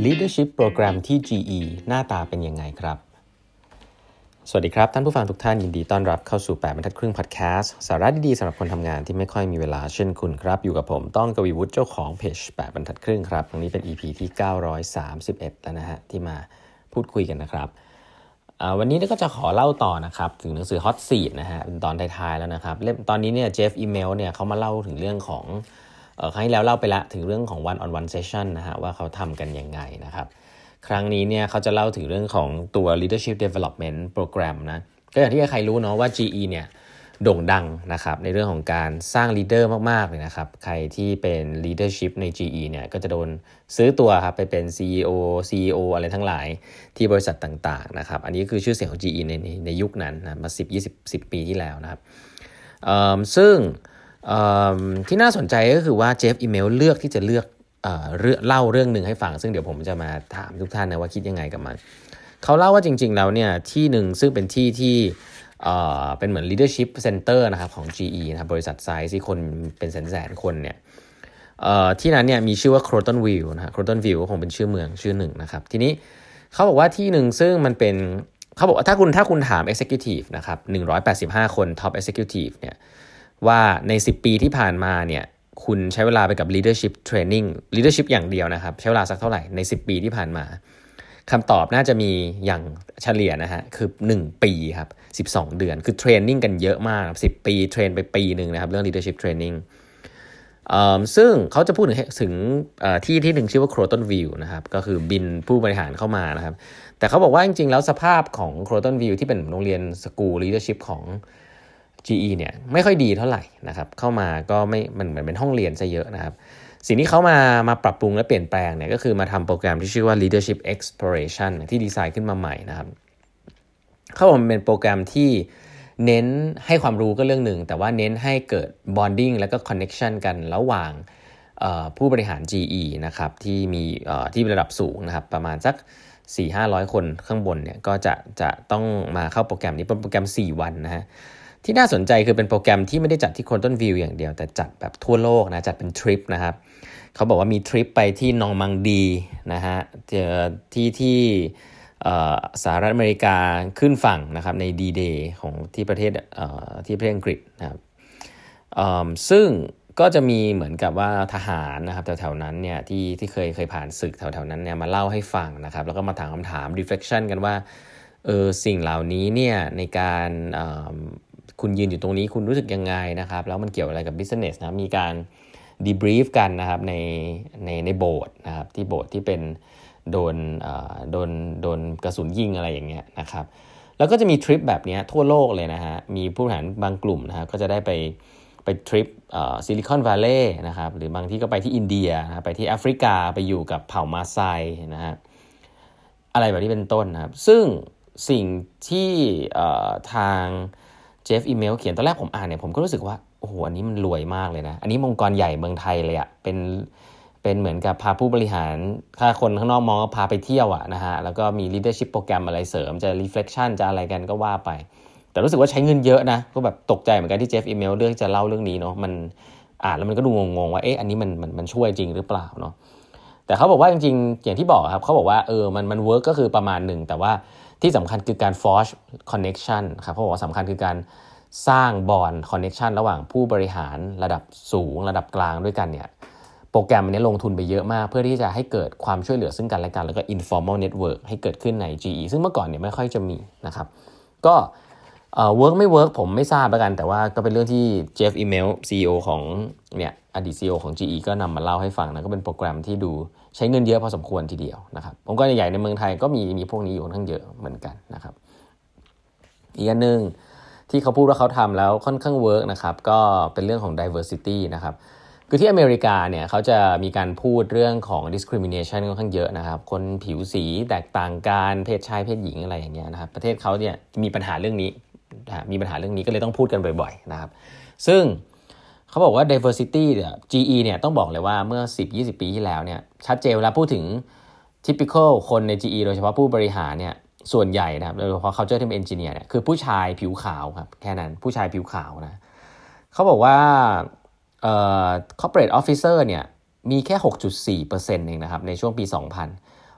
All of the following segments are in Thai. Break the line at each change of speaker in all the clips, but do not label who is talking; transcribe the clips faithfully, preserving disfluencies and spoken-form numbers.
Leadership โปรแกรมที่ จี อี หน้าตาเป็นยังไงครับสวัสดีครับท่านผู้ฟังทุกท่านยินดีต้อนรับเข้าสู่แปดบรรทัดครึ่งพอดแคสต์สาระดีๆสำหรับคนทำงานที่ไม่ค่อยมีเวลาเช่นคุณครับอยู่กับผมต้องกวีวุฒิเจ้าของเพจแปดบรรทัดครึ่งครับตรงนี้เป็น อี พี ที่เก้าร้อยสามสิบเอ็ดแล้วนะฮะที่มาพูดคุยกันนะครับวันนี้ก็จะขอเล่าต่อนะครับถึงหนังสือ Hot Seat นะฮะเป็นตอนท้ายๆแล้วนะครับเล่มตอนนี้เนี่ยเจฟอีเมลเนี่ยเขามาเล่าถึงเรื่องของเอ่อครั้งที่แล้วเล่าไปละถึงเรื่องของ one on one session นะฮะว่าเขาทำกันยังไงนะครับครั้งนี้เนี่ยเขาจะเล่าถึงเรื่องของตัว leadership development program นะก็อย่างที่ใครรู้เนาะว่า จี อี เนี่ยโด่งดังนะครับในเรื่องของการสร้าง leader มากๆเลยนะครับใครที่เป็น leadership ใน จี อี เนี่ยก็จะโดนซื้อตัวครับไปเป็น ซี อี โอ ซี อี โอ อะไรทั้งหลายที่บริษัทต่างๆนะครับอันนี้คือชื่อเสียงของ จี อี ในในในยุคนั้นนะมาสิบ ยี่สิบ สิบปีที่แล้วนะครับซึ่งที่น่าสนใจก็คือว่าเจฟอีเมลเลือกที่จะเลือกเอ่อเล่าเรื่องนึงให้ฟังซึ่งเดี๋ยวผมจะมาถามทุกท่านนะว่าคิดยังไงกับมันเขาเล่าว่าจริงๆแล้วเนี่ยที่หนึ่งซึ่งเป็นที่ที่เอ่อเป็นเหมือน leadership center นะครับของ จี อี นะครับบริษัทไซส์ที่คนเป็นแสนๆคนเนี่ยเอ่อที่นั้นเนี่ยมีชื่อว่า Crotonville นะฮะ Crotonville ก็คงเป็นชื่อเมืองชื่อหนึ่งนะครับทีนี้เขาบอกว่าที่หนึ่งซึ่งมันเป็นเขาบอกว่าถ้าคุณถ้าคุณถาม executive นะครับหนึ่งร้อยแปดสิบห้าคน top executive เนี่ยว่าในสิบปีที่ผ่านมาเนี่ยคุณใช้เวลาไปกับ leadership training leadership อย่างเดียวนะครับใช้เวลาสักเท่าไหร่ในสิบปีที่ผ่านมาคำตอบน่าจะมีอย่างเฉลี่ยนะฮะคือหนึ่งปีครับสิบสองเดือนคือเทรนนิ่งกันเยอะมากสิบปีเทรนไปปีนึงนะครับเรื่อง leadership training ซึ่งเขาจะพูดถึงถึงที่ที่หนึ่งชื่อว่า Crotonville นะครับก็คือบินผู้บริหารเข้ามานะครับแต่เขาบอกว่าจริงๆแล้วสภาพของ Crotonville ที่เป็นโรงเรียน School Leadership ของ จี อี เนี่ยไม่ค่อยดีเท่าไหร่นะครับเข้ามาก็ไม่มันเหมือนเป็นห้องเรียนซะเยอะนะครับสิ่งที่เขามามาปรับปรุงและเปลี่ยนแปลงเนี่ยก็คือมาทำโปรแกรมที่ชื่อว่า Leadership Exploration ที่ดีไซน์ขึ้นมาใหม่นะครับเขาบอกมันเป็นโปรแกรมที่เน้นให้ความรู้ก็เรื่องหนึ่งแต่ว่าเน้นให้เกิด bonding แล้วก็ connection กันระหว่างผู้บริหาร จี อี นะครับที่มีที่ระดับสูงนะครับประมาณสัก สี่ถึงห้าร้อย คนข้างบนเนี่ยก็จะจะต้องมาเข้าโปรแกรมนี้เป็นโปรแกรมสี่วันนะฮะที่น่าสนใจคือเป็นโปรแกรมที่ไม่ได้จัดที่ Crotonville อย่างเดียวแต่จัดแบบทั่วโลกนะจัดเป็นทริปนะครับเขาบอกว่ามีทริปไปที่นอร์มังดีนะฮะที่ที่สหรัฐอเมริกาขึ้นฝั่งนะครับใน D-Day ของที่ประเทศที่ประเทศอังกฤษนะครับซึ่งก็จะมีเหมือนกับว่าทหารนะครับแถวๆนั้นเนี่ยที่ที่เคยเคยผ่านศึกแถวๆนั้นเนี่ยมาเล่าให้ฟังนะครับแล้วก็มาถามคำถาม reflection กันว่าเออสิ่งเหล่านี้เนี่ยในการคุณยืนอยู่ตรงนี้คุณรู้สึกยังไงนะครับแล้วมันเกี่ยวอะไรกับ business นะมีการ debrief กันนะครับในในในโบสถ์นะครับที่โบสถ์ที่เป็นโดนโดนโดนกระสุนยิงอะไรอย่างเงี้ยนะครับแล้วก็จะมีทริปแบบนี้ทั่วโลกเลยนะฮะมีผู้บริหารบางกลุ่มนะครับก็จะได้ไปไปทริปซิลิคอนวัลเลย์นะครับหรือบางที่ก็ไปที่อินเดียนะไปที่แอฟริกาไปอยู่กับเผ่ามาไซนะฮะอะไรแบบนี้เป็นต้นนะครับซึ่งสิ่งที่ทางเจฟอีเมลเขียนตอนแรกผมอ่านเนี่ยผมก็รู้สึกว่าโอ้โหอันนี้มันรวยมากเลยนะอันนี้องค์กรใหญ่เมืองไทยเลยอะเป็นเป็นเหมือนกับพาผู้บริหารถ้าคนข้างนอกมองก็พาไปเที่ยวอะนะฮะแล้วก็มี leadership โปรแกรมอะไรเสริมจะ reflection จะอะไรกันก็ว่าไปแต่รู้สึกว่าใช้เงินเยอะนะก็แบบตกใจเหมือนกันที่เจฟอีเมลเลือกจะเล่าเรื่องนี้เนาะมันอ่านแล้วมันก็ดูงงๆว่าเอ๊ะอันนี้มันมันมันช่วยจริงหรือเปล่าเนาะแต่เขาบอกว่าจริงๆอย่างที่บอกครับเขาบอกว่าเออมันมัน work ก็คือประมาณหนึ่งแต่ว่าที่สำคัญคือการ forge connection ครับเขาบอกว่าสำคัญคือการสร้างบอนด์คอนเนคชันระหว่างผู้บริหารระดับสูงระดับกลางด้วยกันเนี่ยโปรแกรมนี้ลงทุนไปเยอะมากเพื่อที่จะให้เกิดความช่วยเหลือซึ่งกันและกันแล้วก็ informal network ให้เกิดขึ้นใน จี อี ซึ่งเมื่อก่อนเนี่ยไม่ค่อยจะมีนะครับก็เอ่อ work ไม่ work ผมไม่ทราบแล้วกันแต่ว่าก็เป็นเรื่องที่เจฟอีเมล ซี อี โอ ของเนี่ยอดีต ซี อี โอ ของ จี อี ก็นำมาเล่าให้ฟังนะก็เป็นโปรแกรมที่ดูใช้เงินเยอะพอสมควรทีเดียวนะครับองค์กรใหญ่ๆในเมืองไทยก็มีมีพวกนี้อยู่ค่อนข้างเยอะเหมือนกันนะครับอีกอันนึงที่เขาพูดว่าเขาทำแล้วค่อนข้างเวิร์กนะครับก็เป็นเรื่องของ diversity นะครับคือที่อเมริกาเนี่ยเขาจะมีการพูดเรื่องของ discrimination ค่อนข้างเยอะนะครับคนผิวสีแตกต่างกันเพศชายเพศหญิงอะไรอย่างเงี้ยนะครับประเทศเขาเนี่ยมีปัญหาเรื่องนี้มีปัญหาเรื่องนี้ก็เลยต้องพูดกันบ่อยๆนะครับซึ่งเขาบอกว่า diversity เนี่ย จี อี เนี่ยต้องบอกเลยว่าเมื่อ สิบถึงยี่สิบ ปีที่แล้วเนี่ยชัดเจนเวลาพูดถึง typical คนใน จี อี โดยเฉพาะผู้บริหารเนี่ยส่วนใหญ่นะครับโดยเฉพาะ culture team engineer เนี่ยคือผู้ชายผิวขาวครับแค่นั้นผู้ชายผิวขาวนะเขาบอกว่าเอ่อ corporate officer เนี่ยมีแค่ หกจุดสี่เปอร์เซ็นต์ เองนะครับในช่วงปี สองพัน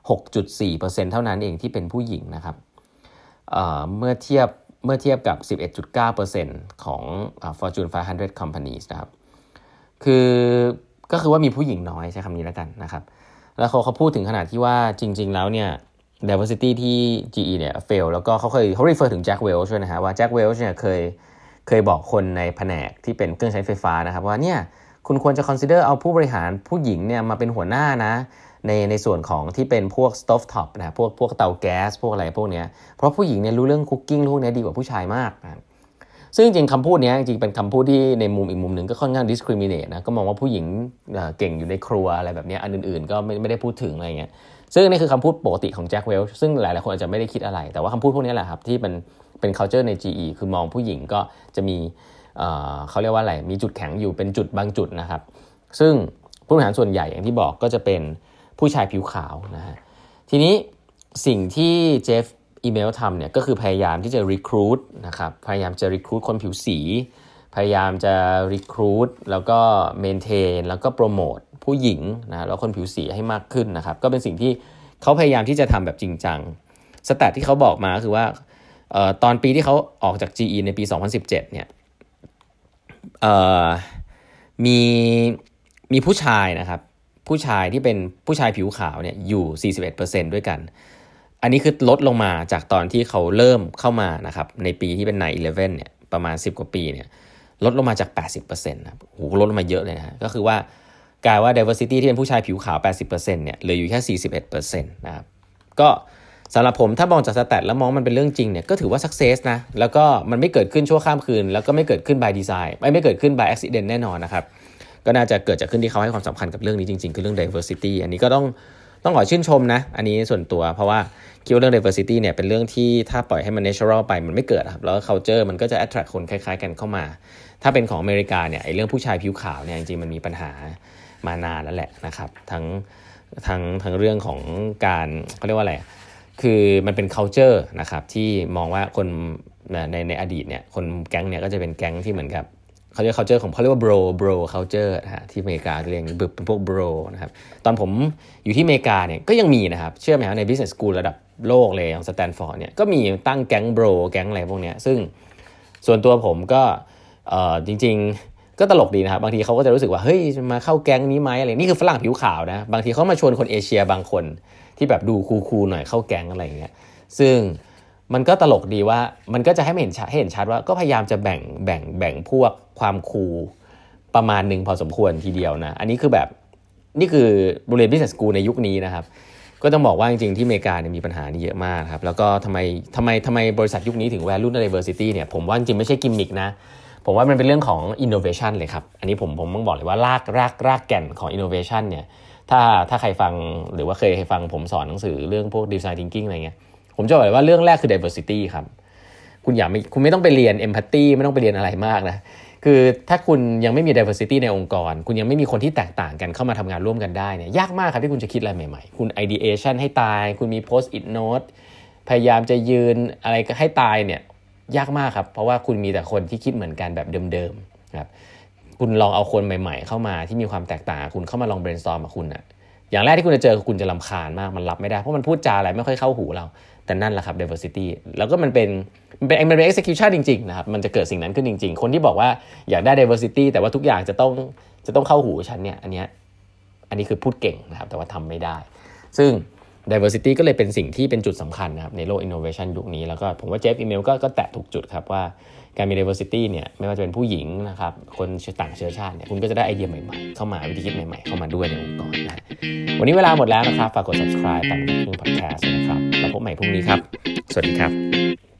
หกจุดสี่เปอร์เซ็นต์ เท่านั้นเองที่เป็นผู้หญิงนะครับเอ่อเมื่อเทียบเมื่อเทียบกับ สิบเอ็ดจุดเก้าเปอร์เซ็นต์ ของอ่า Fortune ไฟว์ฮันเดรด companies นะครับคือก็คือว่ามีผู้หญิงน้อยใช้คำนี้แล้วกันนะครับแล้วเขาเขาพูดถึงขนาดที่ว่าจริงๆแล้วเนี่ย diversity ที่ จี อี เนี่ย fail แล้วก็เขาเคยเขา refer ถึง Jack Welch ด้วยนะฮะว่า Jack Welch เนี่ยเคยเคยบอกคนในแผนกที่เป็นเครื่องใช้ไฟฟ้านะครับว่าเนี่ยคุณควรจะ consider เอาผู้บริหารผู้หญิงเนี่ยมาเป็นหัวหน้านะในในส่วนของที่เป็นพวก stove top นะพวกพวกเตาแก๊สพวกอะไรพวกเนี้ยเพราะผู้หญิงเนี่ยรู้เรื่อง cooking พวกนี้ดีกว่าผู้ชายมากนะซึ่งจริงๆคำพูดนี้จริงๆเป็นคำพูดที่ในมุมอีกมุมหนึ่งก็ค่อนข้าง discriminate นะก็มองว่าผู้หญิงเก่งอยู่ในครัวอะไรแบบนี้อันอื่นๆก็ไม่ไม่ได้พูดถึงอะไรเงี้ยซึ่งนี่คือคำพูดปกติของแจ็คเวลช์ซึ่งหลายๆคนอาจจะไม่ได้คิดอะไรแต่ว่าคำพูดพวกนี้แหละครับที่เป็นเป็น culture ใน จี อี คือมองผู้หญิงก็จะมีเอ่อเขาเรียกว่าอะไรมีจุดแข็งอยู่เป็นจุดบางจุดนะครับซึ่งผู้บริหารส่วนใหญ่อย่างที่บอกก็จะเป็นผู้ชายผิวขาวนะฮะทีนี้สิ่งที่เจฟอีเมลทำเนี่ยก็คือพยายามที่จะ recruit นะครับพยายามจะ recruit คนผิวสีพยายามจะ recruit แล้วก็ maintain แล้วก็ promote ผู้หญิงนะแล้วคนผิวสีให้มากขึ้นนะครับก็เป็นสิ่งที่เขาพยายามที่จะทำแบบจริงจังสแตทที่เขาบอกมาคือว่าเอ่อตอนปีที่เขาออกจาก จี อี ในปีสองพันสิบเจ็ดเนี่ยเอ่อมีมีผู้ชายนะครับผู้ชายที่เป็นผู้ชายผิวขาวเนี่ยอยู่ สี่สิบเอ็ดเปอร์เซ็นต์ ด้วยกันอันนี้คือลดลงมาจากตอนที่เขาเริ่มเข้ามานะครับในปีที่เป็น ไนน์ อีเลฟเว่น เนี่ยประมาณสิบกว่าปีเนี่ยลดลงมาจาก แปดสิบเปอร์เซ็นต์ นะครับโหลดลงมาเยอะเลยนะฮะก็คือว่ากลายว่า diversity ที่เป็นผู้ชายผิวขาว แปดสิบเปอร์เซ็นต์ เนี่ยเหลืออยู่แค่ สี่สิบเอ็ดเปอร์เซ็นต์ นะครับก็สำหรับผมถ้ามองจากสแตทแล้วมองมันเป็นเรื่องจริงเนี่ยก็ถือว่า success นะแล้วก็มันไม่เกิดขึ้นชั่วข้ามคืนแล้วก็ไม่เกิดขึ้น by design ไม่ไม่เกิดขึ้น by accident แน่นอนนะครับก็น่าจะเกิดจากขึ้นที่เขาให้ความสำคัญกับเรื่องนี้จริงๆคือเรื่อง diversity อันนี้ก็ต้องต้องขอชื่นชมนะอันนี้ส่วนตัวเพราะว่าคิดว่าเรื่อง diversity เนี่ยเป็นเรื่องที่ถ้าปล่อยให้มัน natural ไปมันไม่เกิดครับแล้ว culture มันก็จะ attract คนคล้ายๆกันเข้ามาถ้าเป็นของอเมริกาเนี่ยไอ้เรื่องผู้ชายผิวขาวเนี่ยจริงๆมันมีปัญหามานานแล้วแหละนะครับทั้งทั้งทั้งเรื่องของการเขาเรียกว่าอะไรคือมันเป็น culture นะครับที่มองว่าคนในในอดีตเนี่ยคนแก๊งเนี่ยก็จะเป็นแก๊งที่เหมือนกับเขาเรียก culture ของเขาเรียกว่า bro bro culture นะฮะที่อเมริกาเรียกเป็นพวก bro นะครับตอนผมอยู่ที่อเมริกาเนี่ยก็ยังมีนะครับเชื่อไหมครับใน business school ระดับโลกเลยอย่างสแตนฟอร์ดเนี่ยก็มีตั้งแก๊ง bro แก๊งอะไรพวกเนี้ยซึ่งส่วนตัวผมก็เอ่อจริงๆก็ตลกดีนะครับบางทีเขาก็จะรู้สึกว่าเฮ้ยมาเข้าแก๊งนี้ไหมอะไรนี่คือฝรั่งผิวขาวนะบางทีเขามาชวนคนเอเชียบางคนที่แบบดูคูลๆหน่อยเข้าแก๊งอะไรอย่างเงี้ยซึ่งมันก็ตลกดีว่ามันก็จะให้เห็นชัดให้เห็นชัดว่าก็พยายามจะแบ่งแบ่งแบ่งพวกความคูลประมาณนึงพอสมควรทีเดียวนะอันนี้คือแบบนี่คือโรงเรียน Business School ในยุคนี้นะครับก็ต้องบอกว่าจริงๆที่อเมริกาเนี่ยมีปัญหานี้เยอะมากครับแล้วก็ทำไมทำไมทำไมบริษัทยุคนี้ถึง value diversity เนี่ยผมว่าจริงๆไม่ใช่กิมมิกนะผมว่ามันเป็นเรื่องของ innovation เลยครับอันนี้ผมผมต้องบอกเลยว่ารากรากรากแก่นของ innovation เนี่ยถ้าถ้าใครฟังหรือว่าเคยฟังผมสอนหนังสือเรื่องพวก design thinking อะไรเงี้ยผมจะบอกเลยว่าเรื่องแรกคือ diversity ครับคุณอย่าไม่คุณไม่ต้องไปเรียน empathy ไม่ต้องไปเรียนอะไรมากนะคือถ้าคุณยังไม่มี diversity ในองค์กรคุณยังไม่มีคนที่แตกต่างกันเข้ามาทำงานร่วมกันได้เนี่ยยากมากครับที่คุณจะคิดอะไรใหม่ๆคุณ ideation ให้ตายคุณมี post it note พยายามจะยืนอะไรก็ให้ตายเนี่ยยากมากครับเพราะว่าคุณมีแต่คนที่คิดเหมือนกันแบบเดิมๆครับคุณลองเอาคนใหม่ๆเข้ามาที่มีความแตกต่างคุณเข้ามาลอง brainstorm กับคุณอะอย่างแรกที่คุณจะเจอคุณจะรำคาญมากมันรับไม่ได้เพราะมันพูดจาอะไรไม่ค่อยเข้าหูเราแต่นั่นแหละครับ diversity แล้วก็มันเป็นมันเป็นมันเป็น execution จริงๆนะครับมันจะเกิดสิ่งนั้นขึ้นจริงๆคนที่บอกว่าอยากได้ diversity แต่ว่าทุกอย่างจะต้องจะต้องเข้าหูฉันเนี่ยอันเนี้ยอันนี้คือพูดเก่งนะครับแต่ว่าทำไม่ได้ซึ่ง diversity ก็เลยเป็นสิ่งที่เป็นจุดสำคัญนะครับในโลก innovation ยุคนี้แล้วก็ผมว่าเจฟอีเมลก็ก็แตะถูกจุดครับว่าการมี diversity เนี่ยไม่ว่าจะเป็นผู้หญิงนะครับคนต่างเชื้อชาติเนี่ยคุณก็จะได้ไอเดียใหม่ๆเข้ามาวิธีคิดใหม่ๆเข้ามาด้วยในองค์กรนะวันนี้เวลาหมดแล้วนะครับฝากกด subscribe แปดบรรทัดครึ่ง podcast นะครับแล้วพบใหม่พรุ่งนี้ครับสวัสดีครับ